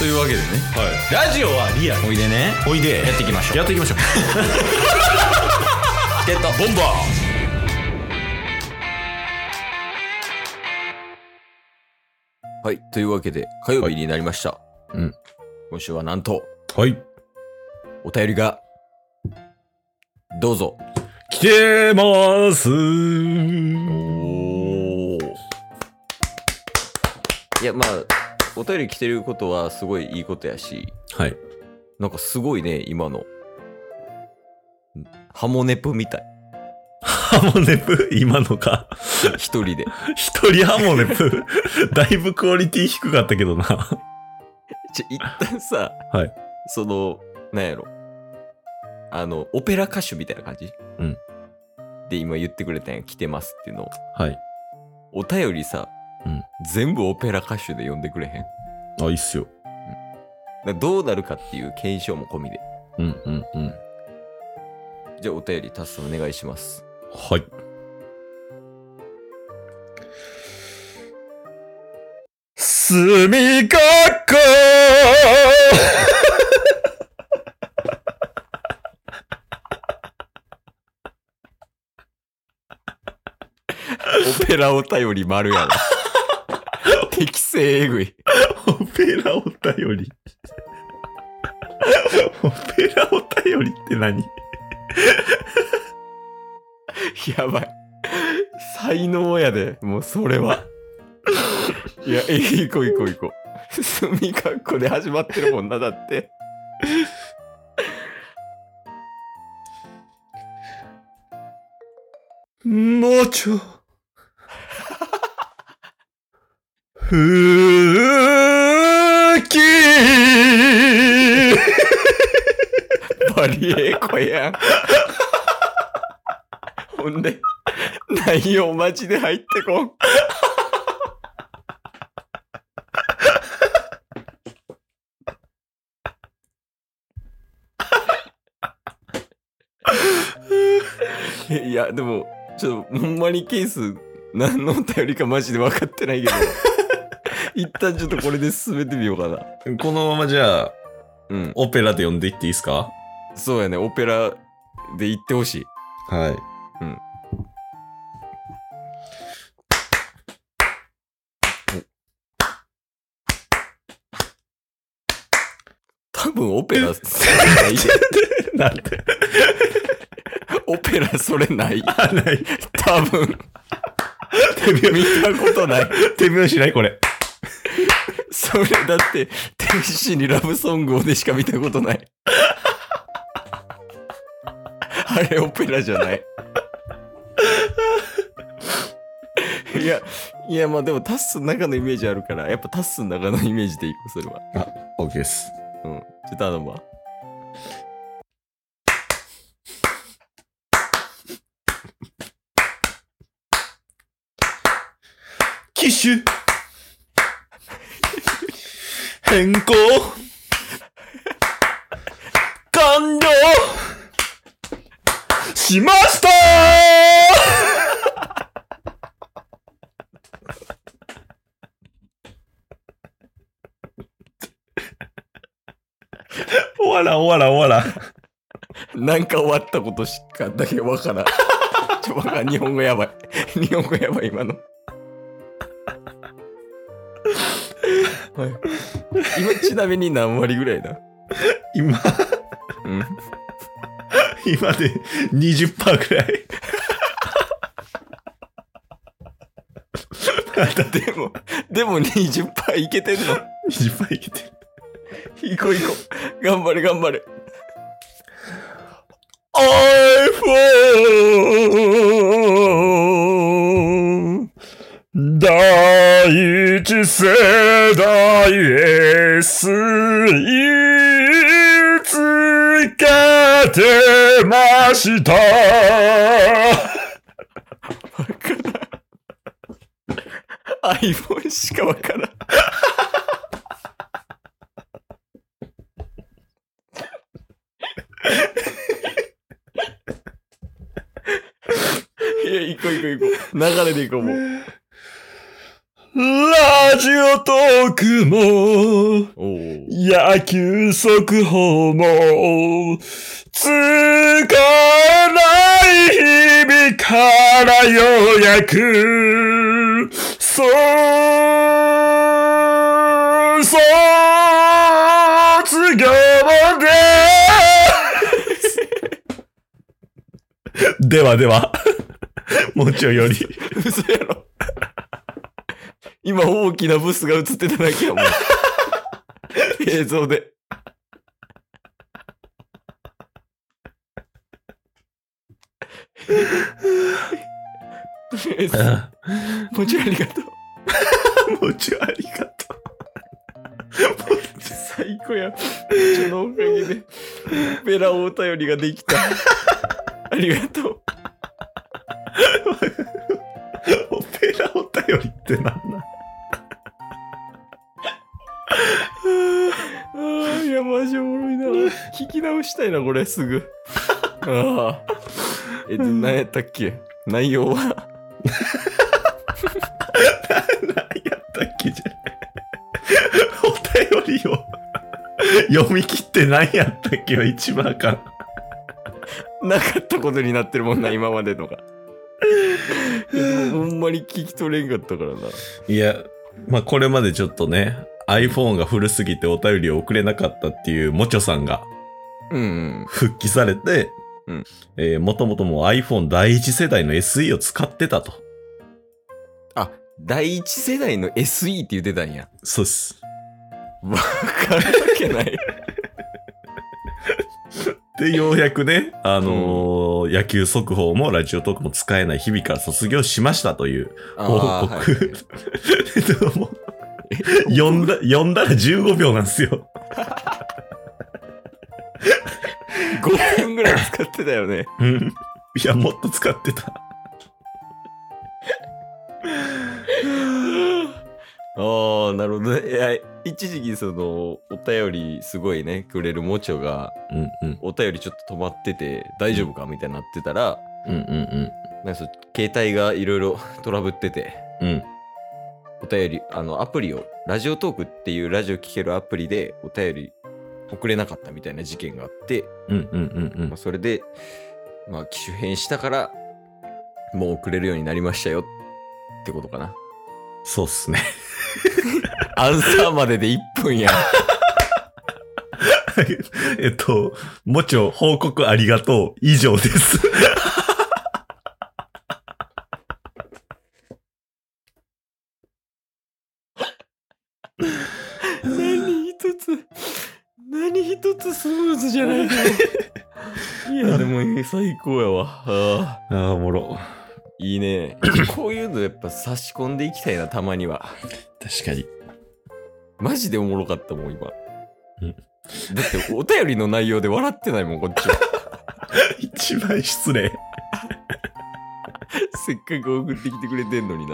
というわけでね、 ラジオはリアル。 おいでね、 おいで。 やっていきましょう。 やっていきましょう。 チケットボンバー。はい、というわけで火曜日になりました、今週はなんとはいお便りがどうぞ来てますいやまあお便り来てることはすごいいいことやし、 はい。 なんかすごいね今のハモネプみたい。 ハモネプ今のか一人で一人ハモネプだいぶクオリティ低かったけどな一旦さ、 はい、 そのなんやろオペラ歌手みたいな感じ、で今言ってくれたんや、来てますっていうのを。 はい。 お便りさ、全部オペラ歌手で読んでくれへん？ あ、いいっすよ。 だどうなるかっていう検証も込みで。じゃあお便りタスお願いします。 はい。すみかこオペラお便り丸やな適正えぐい。 オペラお便りオペラお便りって何やばい。才能やで、もうそれは。いや、行こう行こう行こう。すみかっこで始まってるもんな、だって。 もうちょ。ふきバリエーコやん。ほんで、内容マジで入ってこん。いや、でも、ちょっと、ほんまにケース、何のお便りかマジで分かってないけど、一旦ちょっとこれで進めてみようかな。 このままじゃあ、オペラで読んでいっていいですか？ そうやね、オペラで言ってほしい。 はい。 多分オペラないで。 なんでオペラそれない。 あ、ない。 多分。見たことない。 手拍子ないこれ。 それだって天使にラブソングをでしか見たことない。あれオペラじゃない。いやまあでもタッスの中のイメージあるから、やっぱタッスの中のイメージでいこう、それは。 あ、OK です。 ちょっと頼むわ。 機種変更完了しました終わらん。 なんか終わったことしかだけわからん。わからん。日本語やばい。日本語やばい、今の。はい、今ちなみに何割ぐらいだ？ 今で 20% ぐらいでも 20% いけてんの？ 20% いけてる。 行こう。頑張れ。 iPhone 第一世代 SE つけてました。 iPhone しかわからん。いや、行こう。流れで行こう、もう。 ララジオトークも、 おう野球速報も、使えない日々からようやく、卒業ででは、もちろんより。 嘘やろ。今大きなブスが映ってただけやもん。映像で。とりあえず、もちろんありがとう。 もちろんありがと最高や。そのおかげで、ペラお便りができた。ありがとう。 オペラお便りってなんだ。 いや、マジおもろいな。聞き直したいな、これ、すぐ。ああ。何やったっけ内容は。 何やったっけじゃお便りを読み切って何やったっけは一番あかん。 なかったことになってるもんな、今までのが。いやでもほんまに聞き取れんかったからな。 いや、まあこれまでちょっとね、iPhone が古すぎてお便りを送れなかったっていうもちょさんがうん復帰されて、もともともう iPhone 第一世代の SE を使ってたと。 第一世代の SE って言ってたんや。 そうっす。 わかるわけない。 で、ようやくね、野球速報もラジオトークも使えない日々から卒業しましたという報告。 はいでも読んだら15秒なんですよ。 5分ぐらい使ってたよね。 うん。いや、もっと使ってた。 ああ、なるほどね。いや、一時期その、お便りすごいね、くれるもちょが、お便りちょっと止まってて、大丈夫かみたいになってたら、なんかそう携帯がいろいろトラブってて、お便り、アプリを、ラジオトークっていうラジオ聞けるアプリでお便り送れなかったみたいな事件があって、それで、まあ、機種変したから、もう送れるようになりましたよってことかな。 そうっすね。 アンサーまでで1分や。 もちろん報告ありがとう。以上です。 何一つスムーズじゃないよ。いや、でも最高やわ。 ああ、おもろ。 いいね。こういうのやっぱ差し込んでいきたいな、たまには。 確かに。 マジでおもろかったもん、今。だってお便りの内容で笑ってないもん、こっちは。 一番失礼。 せっかく送ってきてくれてんのに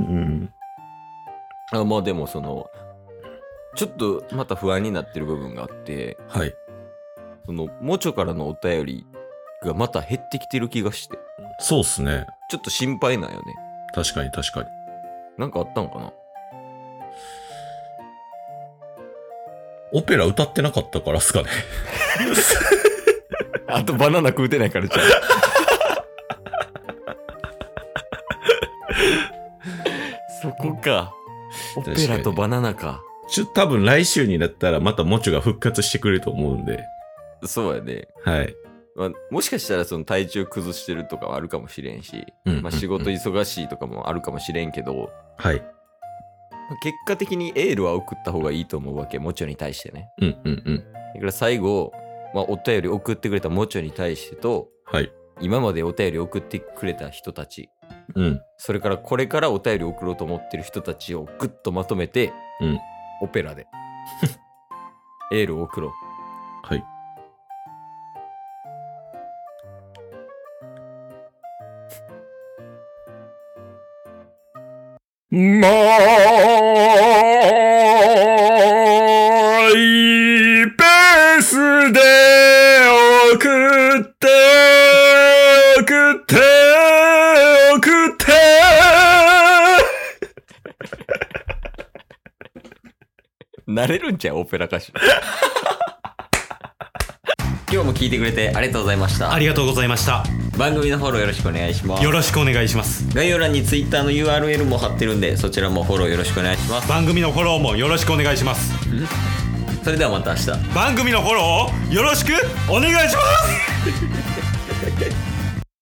な。まあでもその、ちょっとまた不安になってる部分があって、 はい。 その、もちょからのお便りがまた減ってきてる気がして。 そうっすね。 ちょっと心配なんよね。 確かに確かに。 なんかあったんかな。 オペラ歌ってなかったからっすかね。 あとバナナ食うてないからじゃん。そこか。オペラとバナナか。 多分来週になったらまたもちょが復活してくれると思うんで。 そうやね。 はい。 まあ、もしかしたらその体調崩してるとかはあるかもしれんし、まあ、仕事忙しいとかもあるかもしれんけど、 はい。 結果的にエールは送った方がいいと思うわけ、もちょに対してね。だから最後、まあ、お便り送ってくれたもちょに対してと、 はい。 今までお便り送ってくれた人たち、それからこれからお便り送ろうと思ってる人たちをグッとまとめて、オペラでエールを送ろう。 はい。マイペースで送ってなれるんちゃうオペラ歌手。今日も聞いてくれてありがとうございました。 ありがとうございました。 番組のフォローよろしくお願いします。 よろしくお願いします。 概要欄に Twitter の URL も貼ってるんで、そちらもフォローよろしくお願いします。 番組のフォローもよろしくお願いします。 それではまた明日。 番組のフォローをよろしくお願いします。